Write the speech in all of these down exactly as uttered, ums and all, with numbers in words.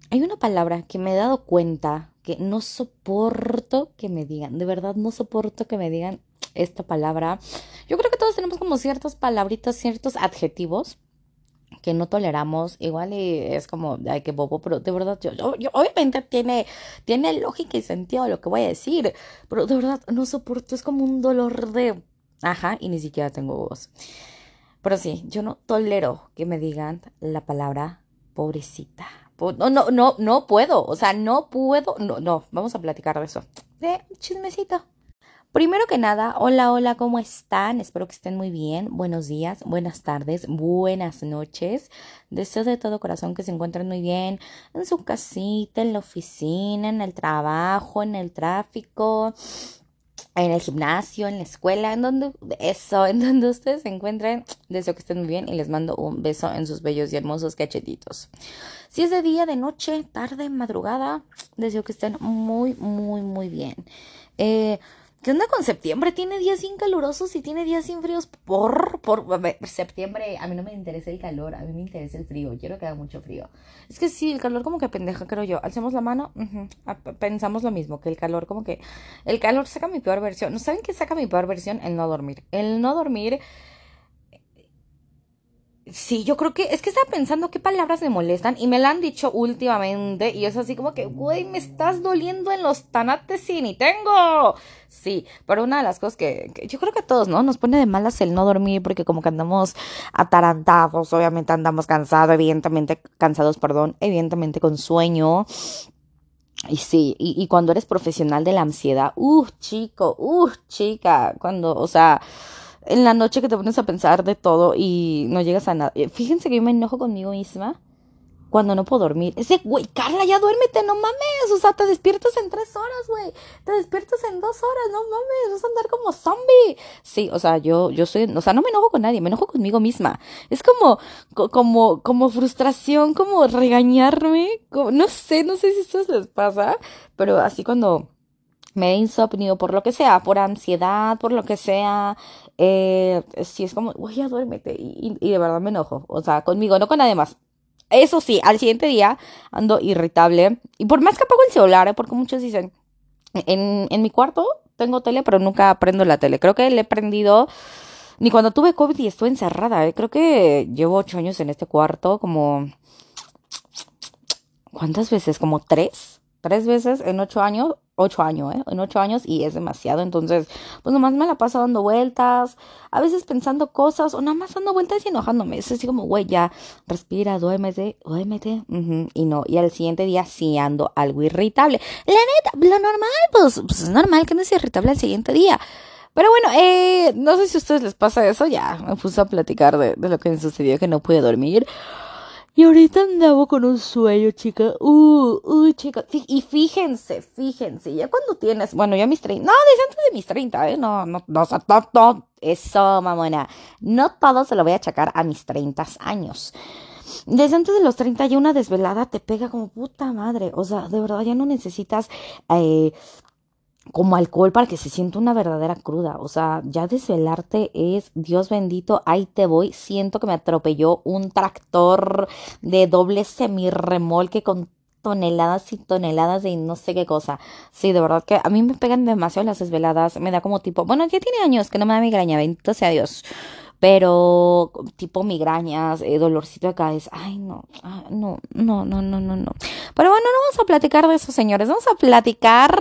Hay una palabra que me he dado cuenta que no soporto que me digan, de verdad no soporto que me digan esta palabra. Yo creo que todos tenemos como ciertas palabritas, ciertos adjetivos que no toleramos. Igual y es como, ay, qué bobo, pero de verdad, yo, yo, yo- obviamente tiene, tiene lógica y sentido lo que voy a decir, pero de verdad no soporto, es como un dolor de... Ajá, y ni siquiera tengo voz. Pero sí, yo no tolero que me digan la palabra pobrecita. Po- No, no, no, no puedo. O sea, no puedo. No, no, vamos a platicar de eso. De chismecito. Primero que nada, hola, hola, ¿cómo están? Espero que estén muy bien. Buenos días, buenas tardes, buenas noches. Deseo de todo corazón que se encuentren muy bien en su casita, en la oficina, en el trabajo, en el tráfico, en el gimnasio, en la escuela, en donde eso, en donde ustedes se encuentren. Deseo que estén muy bien y les mando un beso en sus bellos y hermosos cachetitos. Si es de día, de noche, tarde, madrugada, deseo que estén muy, muy, muy bien. Eh, ¿Qué onda con septiembre? Tiene días sin calurosos y tiene días sin fríos. Por, por, a ver, septiembre, a mí no me interesa el calor, a mí me interesa el frío. Quiero que haga mucho frío. Es que sí, el calor como que pendeja, creo yo. Alzamos la mano, ujú, a- pensamos lo mismo, que el calor como que... El calor saca mi peor versión. ¿No saben qué saca mi peor versión? El no dormir. El no dormir. Sí, yo creo que es que estaba pensando qué palabras me molestan y me la han dicho últimamente y es así como que, güey, me estás doliendo en los tanates y ni tengo. Sí, pero una de las cosas que, que yo creo que a todos, ¿no? Nos pone de malas el no dormir porque como que andamos atarantados, obviamente andamos cansados, evidentemente cansados, perdón, evidentemente con sueño. Y sí, y, y cuando eres profesional de la ansiedad, uh, chico, uh, chica, cuando, o sea, en la noche que te pones a pensar de todo y no llegas a nada. Eh, Fíjense que yo me enojo conmigo misma cuando no puedo dormir. Ese, güey, Carla, ya duérmete, no mames. O sea, te despiertas en tres horas, güey. Te despiertas en dos horas, no mames. Vas a andar como zombie. Sí, o sea, yo, yo soy, o sea, no me enojo con nadie, me enojo conmigo misma. Es como, co- como, como frustración, como regañarme. Como- no sé, no sé si esto les pasa, pero así cuando me da insomnio por lo que sea, por ansiedad, por lo que sea, eh, sí es como, güey, ya duérmete. Y, y y de verdad me enojo. O sea, conmigo, no con nadie más. Eso sí, al siguiente día ando irritable. Y por más que apago el celular, ¿eh? Porque muchos dicen, en, en mi cuarto tengo tele, pero nunca prendo la tele. Creo que le he prendido ni cuando tuve COVID y estuve encerrada, ¿eh? Creo que llevo ocho años en este cuarto, como ¿cuántas veces? ¿Como tres? Tres veces en ocho años, ocho años, ¿eh? En ocho años y es demasiado. Entonces, pues nomás me la paso dando vueltas, a veces pensando cosas o nada más dando vueltas y enojándome. Es así como, güey, ya, respira, duérmete, duérmete. Ujú, y no, y al siguiente día sí ando algo irritable. La neta, lo normal, pues, pues es normal que no sea irritable al siguiente día. Pero bueno, eh, no sé si a ustedes les pasa eso, ya me puse a platicar de, de lo que me sucedió, que no pude dormir. Y ahorita andaba con un sueño, chica. Uh, uh, chica. Fí- Y fíjense, fíjense, ya cuando tienes, bueno, ya mis treinta, no, desde antes de mis treinta, ¿eh? No, no, no, o sea, no, no, eso, mamona. No todo se lo voy a achacar a mis treinta años. Desde antes de los treinta ya una desvelada te pega como puta madre. O sea, de verdad ya no necesitas eh, como alcohol para que se sienta una verdadera cruda. O sea, ya desvelarte es, Dios bendito, ahí te voy. Siento que me atropelló un tractor de doble semirremolque con toneladas y toneladas de no sé qué cosa. Sí, de verdad que a mí me pegan demasiado las desveladas. Me da como tipo, bueno, ya tiene años que no me da migraña, bendito sea Dios. Pero tipo migrañas, eh, dolorcito de cabeza. Ay, no, ah, no, no, no, no, no, no. Pero bueno, no vamos a platicar de eso, señores. Vamos a platicar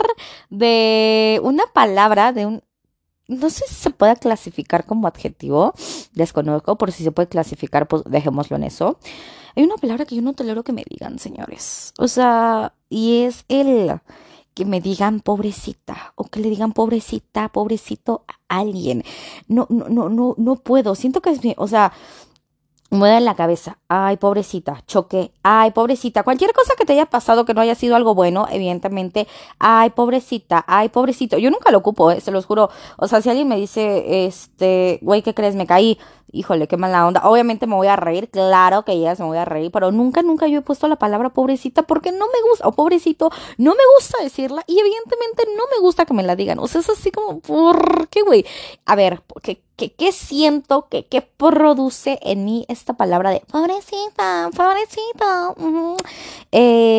de una palabra, de un... No sé si se puede clasificar como adjetivo, desconozco, por si se puede clasificar, pues dejémoslo en eso. Hay una palabra que yo no tolero que me digan, señores. O sea, y es el que me digan pobrecita o que le digan pobrecita, pobrecito a alguien. No, no, no, no, no puedo. Siento que es mi, o sea, me da en la cabeza. Ay, pobrecita, choqué. Ay, pobrecita. Cualquier cosa que te haya pasado que no haya sido algo bueno, evidentemente. Ay, pobrecita. Ay, pobrecito. Yo nunca lo ocupo, eh, se los juro. O sea, si alguien me dice, este, güey, ¿qué crees? Me caí. Híjole, qué mala onda. Obviamente me voy a reír, claro que ya se me voy a reír, pero nunca, nunca yo he puesto la palabra pobrecita porque no me gusta, o pobrecito, no me gusta decirla y evidentemente no me gusta que me la digan. O sea, es así como, ¿por qué, güey? A ver, ¿qué, qué, qué siento? ¿Qué, qué produce en mí esta palabra de pobrecita, pobrecito? Ujú.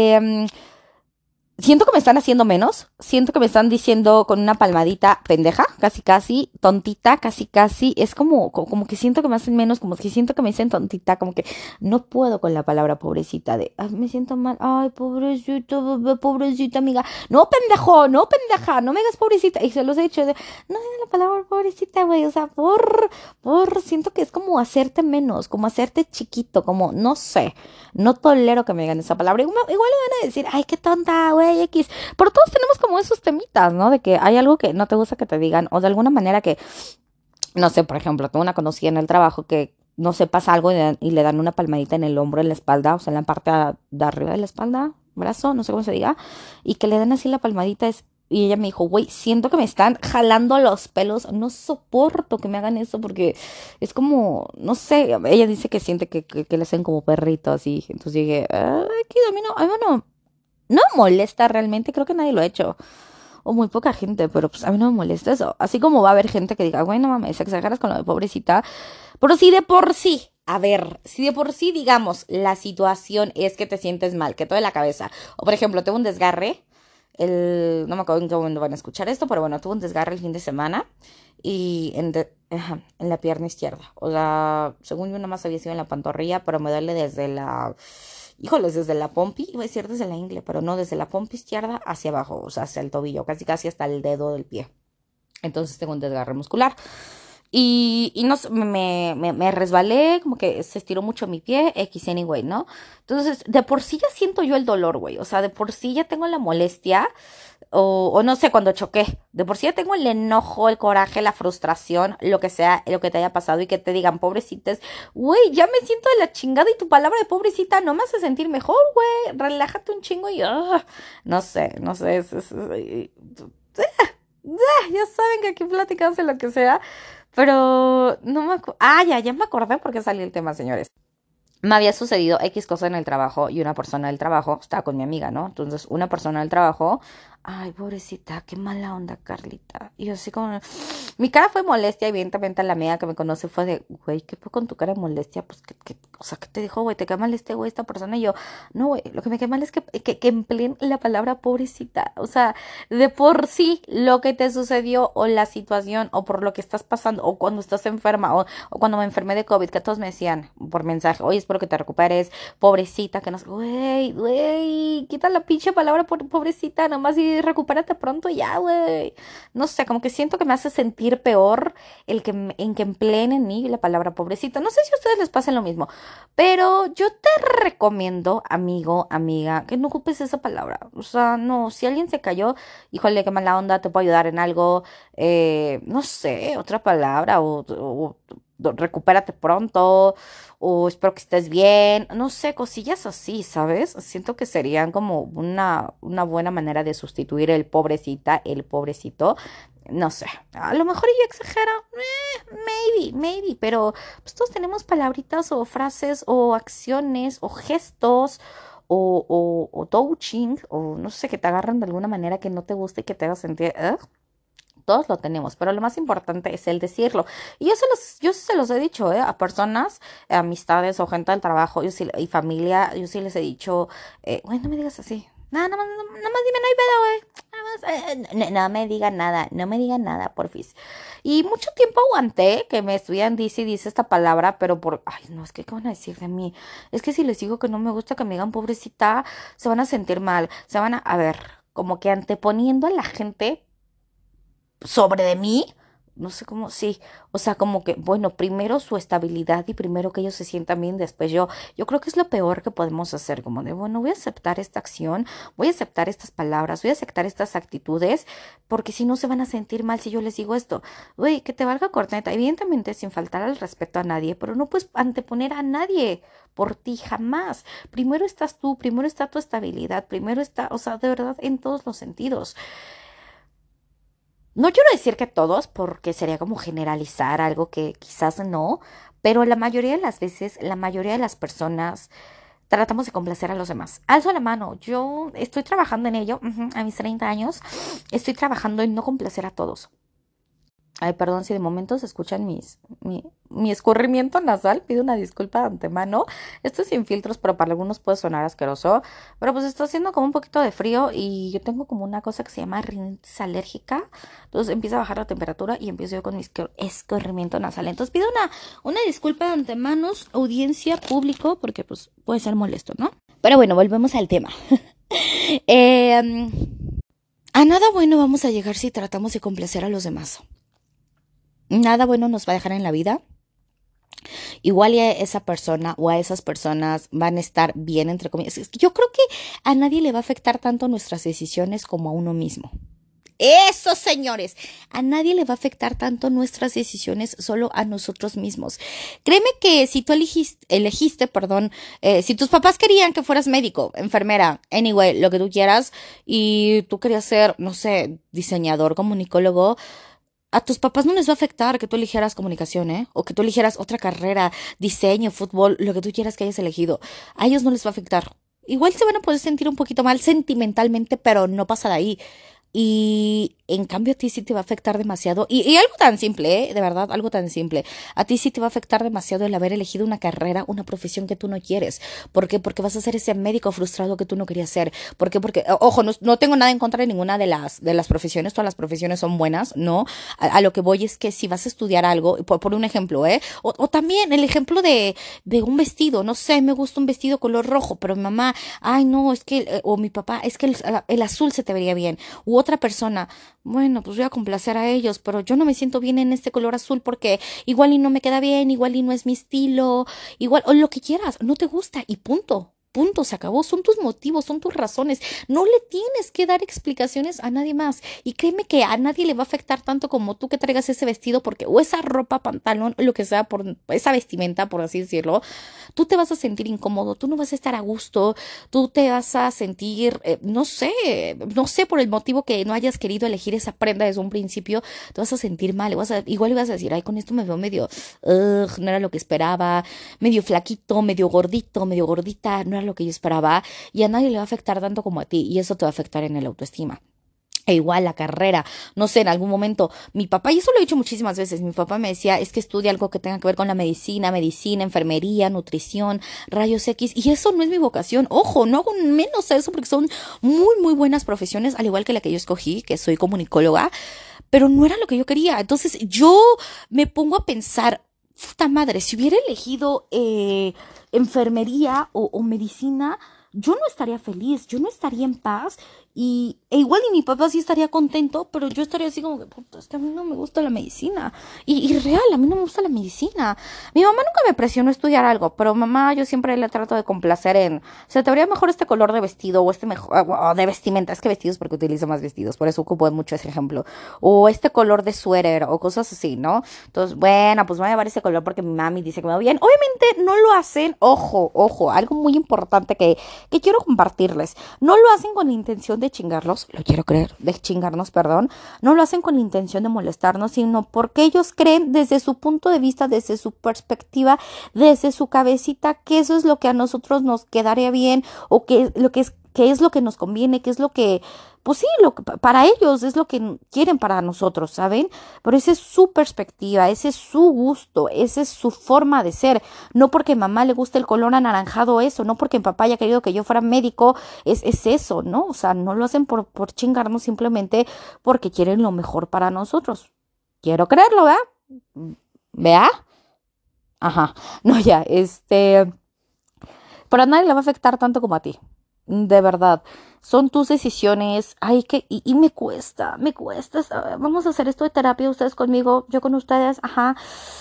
Eh, Siento que me están haciendo menos, siento que me están diciendo con una palmadita pendeja, casi casi, tontita, casi casi, es como, como, como que siento que me hacen menos, como que siento que me dicen tontita, como que no puedo con la palabra pobrecita de, "Ay, me siento mal, ay, pobrecita, bebé, pobrecita amiga, no pendejo, no pendeja, no me hagas pobrecita", y se los he dicho de, no digas la palabra pobrecita, güey, o sea, por, por, siento que es como hacerte menos, como hacerte chiquito, como, no sé, no tolero que me digan esa palabra, igual, igual me van a decir, ay, qué tonta, güey, X. Pero todos tenemos como esos temitas, ¿no? De que hay algo que no te gusta que te digan, o de alguna manera que, no sé, por ejemplo, tengo una conocida en el trabajo que no sé, pasa algo y le, dan, y le dan una palmadita en el hombro, en la espalda, o sea, en la parte de arriba de la espalda, brazo, no sé cómo se diga, y que le dan así la palmadita es. Y ella me dijo, güey, siento que me están jalando los pelos, no soporto que me hagan eso porque es como, no sé, ella dice que siente que, que, que le hacen como perrito así. Entonces dije, ay, que a mí no, a mí no, no me molesta realmente, creo que nadie lo ha hecho. O muy poca gente, pero pues a mí no me molesta eso. Así como va a haber gente que diga, güey, no mames, exageras con lo de pobrecita. Pero si de por sí, a ver, si de por sí, digamos, la situación es que te sientes mal, que todo de la cabeza. O por ejemplo, tengo un desgarre. El, no me acuerdo en qué momento van a escuchar esto, pero bueno, tuve un desgarre el fin de semana y en, de- ajá, en la pierna izquierda. O sea, según yo, nomás había sido en la pantorrilla, pero me duele desde la, híjoles, desde la pompi, iba a decir desde la ingle, pero no, desde la pompi izquierda hacia abajo, o sea, hacia el tobillo, casi casi hasta el dedo del pie. Entonces tengo un desgarre muscular. Y, y no sé, me, me, me resbalé, como que se estiró mucho mi pie, X anyway, ¿no? Entonces, de por sí ya siento yo el dolor, güey. O sea, de por sí ya tengo la molestia. O, o no sé, cuando choqué. De por sí ya tengo el enojo, el coraje, la frustración, lo que sea, lo que te haya pasado y que te digan, pobrecitas, güey, ya me siento de la chingada y tu palabra de pobrecita no me hace sentir mejor, güey. Relájate un chingo y, ah, no sé, no sé, es, es- es- ya saben que aquí platicamos de lo que sea, pero no me acuerdo. Ah, ya, ya me acordé porque salió el tema, señores. Me había sucedido X cosa en el trabajo y una persona del trabajo, estaba con mi amiga, ¿no? Entonces, una persona del trabajo, ay, pobrecita, qué mala onda, Carlita. Y yo así como, mi cara fue molestia, evidentemente la amiga que me conoce fue de, güey, ¿qué fue con tu cara de molestia? Pues, ¿qué, qué, o sea, ¿qué te dijo, güey? ¿Te queda mal este güey, esta persona? Y yo, no, güey, lo que me queda mal es que, que, que empleen la palabra pobrecita. O sea, de por sí, lo que te sucedió o la situación o por lo que estás pasando o cuando estás enferma o, o cuando me enfermé de COVID, que todos me decían por mensaje, oye, espero que te recuperes, pobrecita, que no sé, güey, güey, quita la pinche palabra por pobrecita, nomás y recupérate pronto ya, güey. No sé, como que siento que me hace sentir peor el que me- en que empleen en mí la palabra pobrecita. No sé si a ustedes les pasa lo mismo, pero yo te recomiendo, amigo, amiga, que no ocupes esa palabra. O sea, no, si alguien se cayó, híjole, qué mala onda, te puedo ayudar en algo, eh, no sé, otra palabra, o, o- o recupérate pronto, o espero que estés bien, no sé, cosillas así, ¿sabes? Siento que serían como una, una buena manera de sustituir el pobrecita, el pobrecito. No sé, a lo mejor ella exagera, eh, maybe, maybe, pero pues todos tenemos palabritas o frases o acciones o gestos o, o, o touching o no sé, que te agarran de alguna manera que no te guste y que te haga sentir, "Ugh". Todos lo tenemos, pero lo más importante es el decirlo. Y yo se los, yo sí se los he dicho, ¿eh? A personas, eh, amistades o gente del trabajo yo sí, y familia, yo sí les he dicho, eh, güey, no me digas así. Nada, nada más, nada más dime, no hay pedo, güey. Nada más, eh, no, no me digan nada, no me digan nada, porfis. Y mucho tiempo aguanté que me estuvieran dice y dice esta palabra, pero por, ay, no, es que, ¿qué van a decir de mí? Es que si les digo que no me gusta que me digan pobrecita, se van a sentir mal, se van a, a ver, como que anteponiendo a la gente sobre de mí, no sé cómo, sí, o sea, como que, bueno, primero su estabilidad y primero que ellos se sientan bien, después yo, yo creo que es lo peor que podemos hacer, como de, bueno, voy a aceptar esta acción, voy a aceptar estas palabras, voy a aceptar estas actitudes, porque si no se van a sentir mal si yo les digo esto, güey, que te valga corneta, evidentemente sin faltar al respeto a nadie, pero no puedes anteponer a nadie por ti jamás, primero estás tú, primero está tu estabilidad, primero está, o sea, de verdad, en todos los sentidos. No quiero decir que todos, porque sería como generalizar algo que quizás no, pero la mayoría de las veces, la mayoría de las personas tratamos de complacer a los demás. Alzo la mano, yo estoy trabajando en ello, ujú, a mis treinta años, estoy trabajando en no complacer a todos. Ay, perdón si de momento se escuchan mis, mi, mi escurrimiento nasal. Pido una disculpa de antemano. Esto es sin filtros, pero para algunos puede sonar asqueroso. Pero pues está haciendo como un poquito de frío y yo tengo como una cosa que se llama rinitis alérgica. Entonces empieza a bajar la temperatura y empiezo yo con mi escur- escurrimiento nasal. Entonces pido una, una disculpa de antemano, audiencia, público, porque pues puede ser molesto, ¿no? Pero bueno, volvemos al tema. Eh, a nada bueno vamos a llegar si tratamos de complacer a los demás. Nada bueno nos va a dejar en la vida. Igual y a esa persona o a esas personas van a estar bien, entre comillas. Es que yo creo que a nadie le va a afectar tanto nuestras decisiones como a uno mismo. Eso, señores, a nadie le va a afectar tanto nuestras decisiones, solo a nosotros mismos. Créeme que si tú elegiste, elegiste, perdón, eh, si tus papás querían que fueras médico, enfermera, anyway, lo que tú quieras, y tú querías ser, no sé, diseñador, comunicólogo, a tus papás no les va a afectar que tú eligieras comunicación, ¿eh? O que tú eligieras otra carrera, diseño, fútbol, lo que tú quieras que hayas elegido. A ellos no les va a afectar. Igual se van a poder sentir un poquito mal sentimentalmente, pero no pasa de ahí. Y en cambio a ti sí te va a afectar demasiado. Y, y algo tan simple, ¿eh? De verdad, algo tan simple. A ti sí te va a afectar demasiado el haber elegido una carrera, una profesión que tú no quieres. ¿Por qué? Porque vas a ser ese médico frustrado que tú no querías ser. ¿Por qué? Porque, o- ojo, no, no tengo nada en contra de ninguna de las, de las profesiones. Todas las profesiones son buenas, ¿no? A, a lo que voy es que si vas a estudiar algo, por, por un ejemplo, ¿eh? O, o también el ejemplo de, de un vestido. No sé, me gusta un vestido color rojo, pero mi mamá, ay, no, es que, eh, o mi papá, es que el, el azul se te vería bien. U otra persona, bueno, pues voy a complacer a ellos, pero yo no me siento bien en este color azul porque igual y no me queda bien, igual y no es mi estilo, igual, o lo que quieras, no te gusta y punto. Punto, se acabó. Son tus motivos, son tus razones. No le tienes que dar explicaciones a nadie más. Y créeme que a nadie le va a afectar tanto como tú que traigas ese vestido, porque, o esa ropa, pantalón, lo que sea, por esa vestimenta, por así decirlo, tú te vas a sentir incómodo, tú no vas a estar a gusto, tú te vas a sentir, eh, no sé, no sé por el motivo que no hayas querido elegir esa prenda desde un principio, te vas a sentir mal, vas a, igual ibas a decir, ay, con esto me veo medio, ugh, no era lo que esperaba, medio flaquito, medio gordito, medio gordita, no era lo que yo esperaba, y a nadie le va a afectar tanto como a ti, y eso te va a afectar en el autoestima. E igual la carrera, no sé, en algún momento, mi papá, y eso lo he dicho muchísimas veces, mi papá me decía, es que estudia algo que tenga que ver con la medicina, medicina, enfermería, nutrición, rayos X, y eso no es mi vocación, ojo, no hago menos eso porque son muy, muy buenas profesiones, al igual que la que yo escogí, que soy comunicóloga, pero no era lo que yo quería, entonces yo me pongo a pensar, puta madre, si hubiera elegido eh, enfermería o, o medicina, yo no estaría feliz, yo no estaría en paz y e igual y mi papá sí estaría contento, pero yo estaría así como que, puta, es que a mí no me gusta la medicina. Y, y real, a mí no me gusta la medicina. Mi mamá nunca me presionó a estudiar algo, pero mamá yo siempre le trato de complacer en, o sea, te vería mejor este color de vestido o este mejor, o de vestimenta, es que vestidos porque utilizo más vestidos, por eso ocupo mucho ese ejemplo. O este color de suéter o cosas así, ¿no? Entonces, bueno, pues voy a llevar ese color porque mi mami dice que me va bien. Obviamente no lo hacen, ojo, ojo, algo muy importante que, que quiero compartirles. No lo hacen con la intención de chingarlos, lo quiero creer, de chingarnos, perdón. No lo hacen con la intención de molestarnos, sino porque ellos creen desde su punto de vista, desde su perspectiva, desde su cabecita, que eso es lo que a nosotros nos quedaría bien o que lo que es qué es lo que nos conviene, qué es lo que, pues sí, lo que para ellos es lo que quieren para nosotros, ¿saben? Pero esa es su perspectiva, ese es su gusto, esa es su forma de ser. No porque a mamá le guste el color anaranjado eso, no porque mi papá haya querido que yo fuera médico, es, es eso, ¿no? O sea, no lo hacen por, por chingarnos simplemente porque quieren lo mejor para nosotros. Quiero creerlo, ¿verdad? ¿Vea? Ajá. No, ya, este, pero a nadie le va a afectar tanto como a ti. De verdad. Son tus decisiones. Ay, que, y, y me cuesta, me cuesta. ¿Sabe? Vamos a hacer esto de terapia, ustedes conmigo, yo con ustedes, ajá.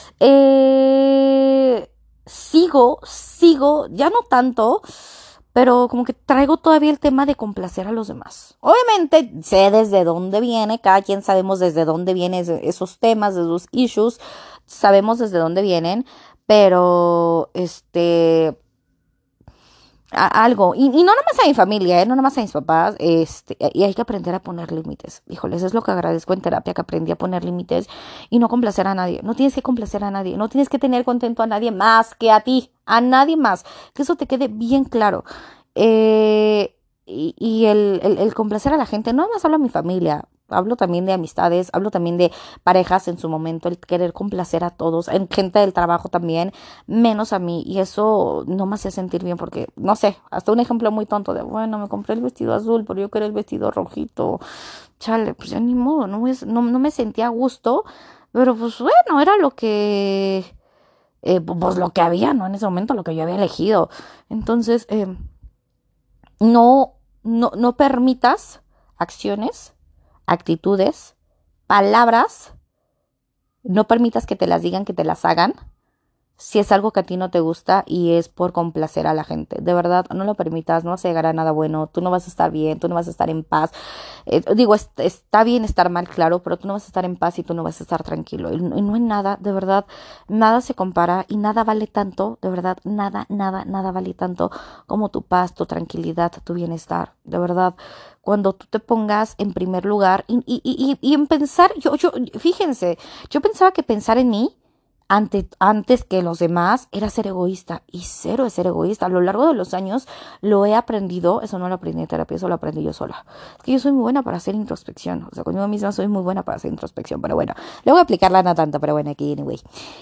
Eh, sigo, sigo, ya no tanto, pero como que traigo todavía el tema de complacer a los demás. Obviamente sé desde dónde viene, cada quien sabemos desde dónde vienen esos temas, de esos issues, sabemos desde dónde vienen, pero este a- algo, y, y no nomás a mi familia, ¿eh? No nomás a mis papás, este, y hay que aprender a poner límites. Híjoles, es lo que agradezco en terapia, que aprendí a poner límites y no complacer a nadie. No tienes que complacer a nadie, no tienes que tener contento a nadie más que a ti, a nadie más. Que eso te quede bien claro. Eh, y y el, el, el complacer a la gente, no más solo a mi familia. hablo también de amistades, hablo también de parejas en su momento, el querer complacer a todos, en gente del trabajo también, menos a mí, y eso no me hace sentir bien porque, no sé, hasta un ejemplo muy tonto de, bueno, me compré el vestido azul, pero yo quería el vestido rojito, chale, pues ya ni modo, no, voy a- no, no me sentía a gusto, pero pues bueno, era lo que, eh, pues lo que había, ¿no? En ese momento, lo que yo había elegido. Entonces, eh, no, no, no permitas acciones, actitudes, palabras, no permitas que te las digan, que te las hagan, si es algo que a ti no te gusta y es por complacer a la gente. De verdad, no lo permitas, no se llegará a nada bueno, tú no vas a estar bien, tú no vas a estar en paz. Eh, digo, es, está bien estar mal, claro, pero tú no vas a estar en paz y tú no vas a estar tranquilo. Y, y no hay nada, de verdad, nada se compara y nada vale tanto, de verdad, nada, nada, nada vale tanto como tu paz, tu tranquilidad, tu bienestar. De verdad, cuando tú te pongas en primer lugar y, y, y, y en pensar, yo, yo, fíjense, yo pensaba que pensar en mí ante, antes que los demás era ser egoísta y cero es ser egoísta. A lo largo de los años lo he aprendido, eso no lo aprendí en terapia, eso lo aprendí yo sola. Es que yo soy muy buena para hacer introspección, o sea, conmigo misma soy muy buena para hacer introspección, pero bueno, luego aplicarla no tanto, pero bueno, aquí anyway.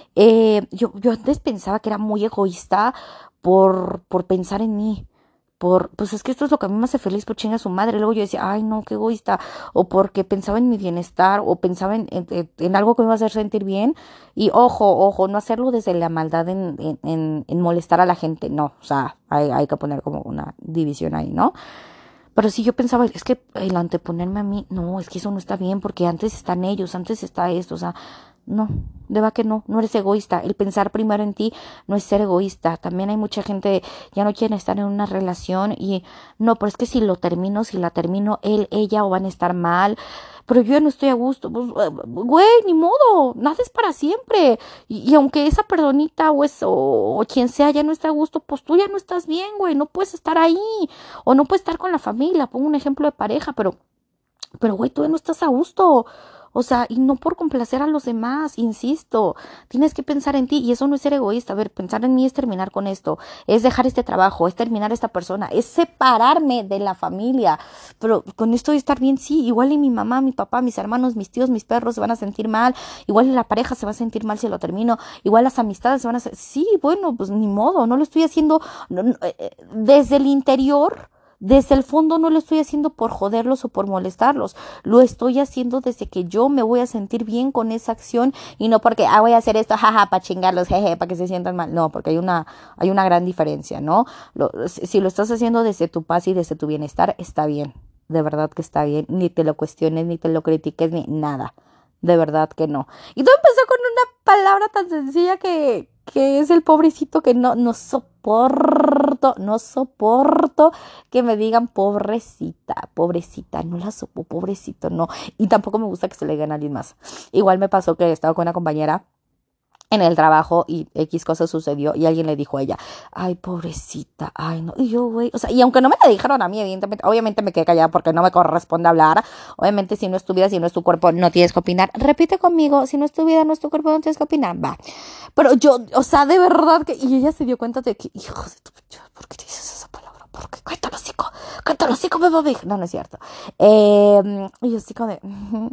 Eh, yo, yo antes pensaba que era muy egoísta por, por pensar en mí. Por, pues es que esto es lo que a mí me hace feliz, por chinga su madre. Luego yo decía, ay no, qué egoísta. O porque pensaba en mi bienestar, o pensaba en, en, en algo que me iba a hacer sentir bien. Y ojo, ojo, no hacerlo desde la maldad en, en, en, en molestar a la gente. No, o sea, hay, hay que poner como una división ahí, ¿no? Pero si yo pensaba, es que el anteponerme a mí, no, es que eso no está bien, porque antes están ellos, antes está esto, o sea, no, de va que no, no eres egoísta. El pensar primero en ti no es ser egoísta. También hay mucha gente, ya no quieren estar en una relación y no, pero es que si lo termino, si la termino, él, ella o van a estar mal. Pero yo ya no estoy a gusto. Pues, eh, güey, ni modo, nada es para siempre. Y, y aunque esa personita o, es, o, o quien sea ya no está a gusto, pues tú ya no estás bien, güey, no puedes estar ahí. O no puedes estar con la familia. Pongo un ejemplo de pareja, pero pero, güey, tú no estás a gusto. O sea, y no por complacer a los demás, insisto. Tienes que pensar en ti y eso no es ser egoísta. A ver, pensar en mí es terminar con esto, es dejar este trabajo, es terminar esta persona, es separarme de la familia. Pero con esto de estar bien, sí, igual y mi mamá, mi papá, mis hermanos, mis tíos, mis perros se van a sentir mal, igual y la pareja se va a sentir mal si lo termino, igual las amistades se van a... Sí, bueno, pues ni modo, no lo estoy haciendo no, no, eh, desde el interior. Desde el fondo no lo estoy haciendo por joderlos o por molestarlos. Lo estoy haciendo desde que yo me voy a sentir bien con esa acción y no porque, ah, voy a hacer esto, jaja, para chingarlos, jeje, para que se sientan mal. No, porque hay una, hay una gran diferencia, ¿no? Lo, si lo estás haciendo desde tu paz y desde tu bienestar, está bien. De verdad que está bien. Ni te lo cuestiones, ni te lo critiques, ni nada. De verdad que no. Y todo empezó con una palabra tan sencilla que, que es el pobrecito que no, no soporto, no soporto que me digan pobrecita, pobrecita, no la sopo, pobrecito, no. Y tampoco me gusta que se le digan a alguien más. Igual me pasó que estaba con una compañera en el trabajo y X cosa sucedió y alguien le dijo a ella, ay, pobrecita, ay, no, y yo, güey, o sea, y aunque no me la dijeron a mí, evidentemente, obviamente me quedé callada porque no me corresponde hablar, obviamente si no es tu vida, si no es tu cuerpo, no tienes que opinar, repite conmigo, si no es tu vida, no es tu cuerpo, no tienes que opinar, va, pero yo, o sea, de verdad que, y ella se dio cuenta de que, hijo de tu pinche, ¿por qué dices esa palabra? ¿Por qué? Cuéntalo, chico, cuéntalo, chico, me va no, no es cierto, eh, y yo así como de,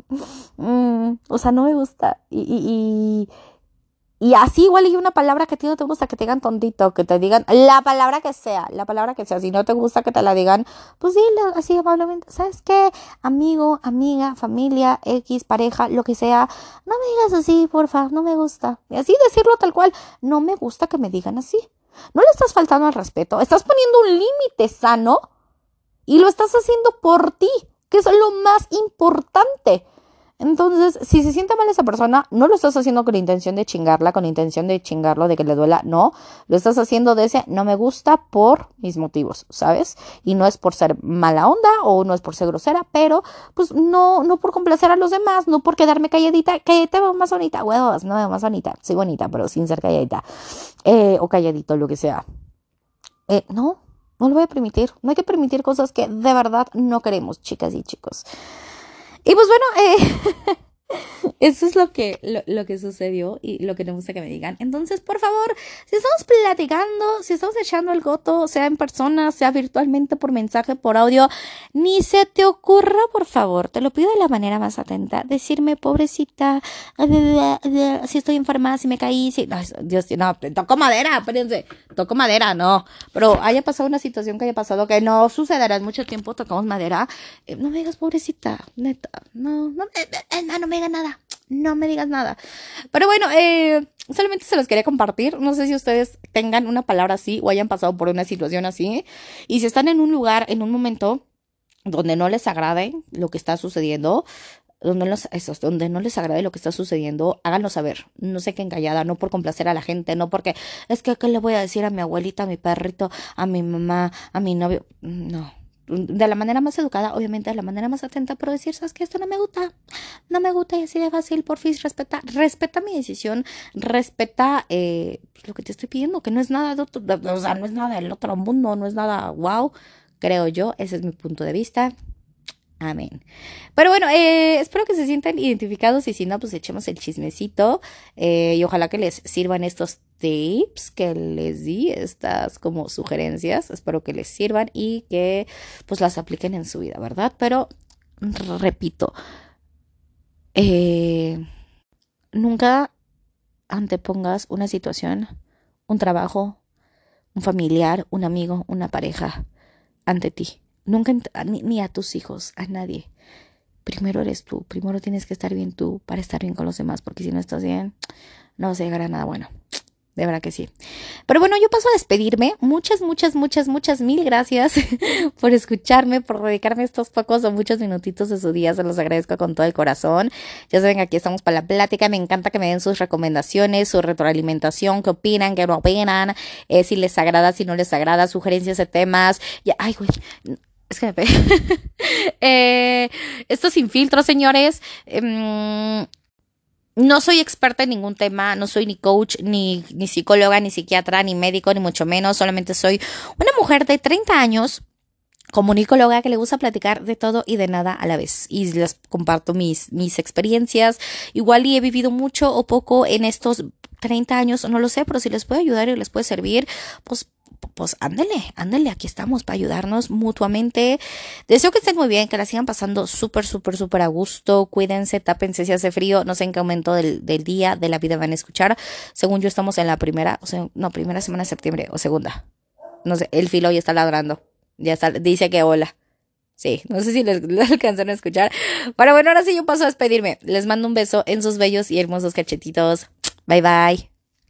mm, o sea, no me gusta, y, y, y y así igual hay una palabra que a ti no te gusta, que te digan tontito, que te digan la palabra que sea, la palabra que sea. Si no te gusta que te la digan, pues dile así amablemente, ¿sabes qué? Amigo, amiga, familia, X, pareja, lo que sea, no me digas así, porfa, no me gusta. Y así decirlo tal cual, no me gusta que me digan así. No le estás faltando al respeto, estás poniendo un límite sano y lo estás haciendo por ti, que es lo más importante. Entonces, si se siente mal esa persona, no lo estás haciendo con la intención de chingarla, con la intención de chingarlo, de que le duela, no. Lo estás haciendo de ese no me gusta por mis motivos, ¿sabes? Y no es por ser mala onda o no es por ser grosera, pero pues no, no por complacer a los demás, no por quedarme calladita, que te veo más bonita, huevos, no me veo más bonita, soy bonita, pero sin ser calladita, eh, o calladito, lo que sea. Eh, no, no lo voy a permitir. No hay que permitir cosas que de verdad no queremos, chicas y chicos. Y pues bueno, eh, Eso es lo que, lo, lo que sucedió y lo que me gusta que me digan. Entonces, por favor, si estamos platicando, si estamos echando el goto, sea en persona, sea virtualmente, por mensaje, por audio, ni se te ocurra, por favor, te lo pido de la manera más atenta, decirme, pobrecita, si estoy enferma, si me caí, si... Ay, Dios, no, toco madera, espérense, toco madera, no. Pero haya pasado una situación que haya pasado que no sucederá en mucho tiempo, tocamos madera. Eh, no me digas, pobrecita, neta, no, no, eh, eh, no, no me digas nada. No me digas nada. Pero bueno, eh, solamente se los quería compartir. No sé si ustedes tengan una palabra así o hayan pasado por una situación así. Y si están en un lugar, en un momento donde no les agrade lo que está sucediendo, donde, los, esos, donde no les agrade lo que está sucediendo, háganlo saber. No se queden callada, no por complacer a la gente, no porque es que ¿qué le voy a decir a mi abuelita, a mi perrito, a mi mamá, a mi novio? No. De la manera más educada, obviamente de la manera más atenta, pero decir, ¿sabes qué? Esto no me gusta, no me gusta y así de fácil, porfis, respeta, respeta mi decisión, respeta eh, lo que te estoy pidiendo, que no es nada de otro, o sea, no es nada del otro mundo, no es nada wow, creo yo, ese es mi punto de vista. Amén. Pero bueno, eh, espero que se sientan identificados y si no, pues echemos el chismecito eh, y ojalá que les sirvan estos tips que les di, estas como sugerencias. Espero que les sirvan y que pues las apliquen en su vida, ¿verdad? Pero repito, eh, nunca antepongas una situación, un trabajo, un familiar, un amigo, una pareja ante ti. Nunca, ni, ni a tus hijos, a nadie. Primero eres tú, primero tienes que estar bien tú para estar bien con los demás, porque si no estás bien, no vas a llegar a nada bueno. De verdad que sí. Pero bueno, yo paso a despedirme. Muchas, muchas, muchas, muchas mil gracias por escucharme, por dedicarme estos pocos o muchos minutitos de su día. Se los agradezco con todo el corazón. Ya saben, aquí estamos para la plática. Me encanta que me den sus recomendaciones, su retroalimentación, qué opinan, qué no opinan, eh, si les agrada, si no les agrada, sugerencias de temas. Ya, ay, güey. Es que me pegué. eh, esto sin filtro, señores. Eh, no soy experta en ningún tema, no soy ni coach, ni, ni psicóloga, ni psiquiatra, ni médico, ni mucho menos. Solamente soy una mujer de treinta años, comunicóloga que le gusta platicar de todo y de nada a la vez. Y les comparto mis, mis experiencias. Igual y he vivido mucho o poco en estos treinta años, no lo sé, pero si les puede ayudar y les puede servir, pues pues ándele, ándele, aquí estamos para ayudarnos mutuamente. Deseo que estén muy bien, que la sigan pasando súper, súper, súper a gusto. Cuídense, tápense si hace frío. No sé en qué momento del, del día, de la vida van a escuchar. Según yo estamos en la primera, o sea, no, primera semana de septiembre o segunda. No sé, el filo ya está ladrando. Ya está, dice que hola. Sí, no sé si les, les alcanzaron a escuchar. Pero bueno, ahora sí yo paso a despedirme. Les mando un beso en sus bellos y hermosos cachetitos. Bye, bye.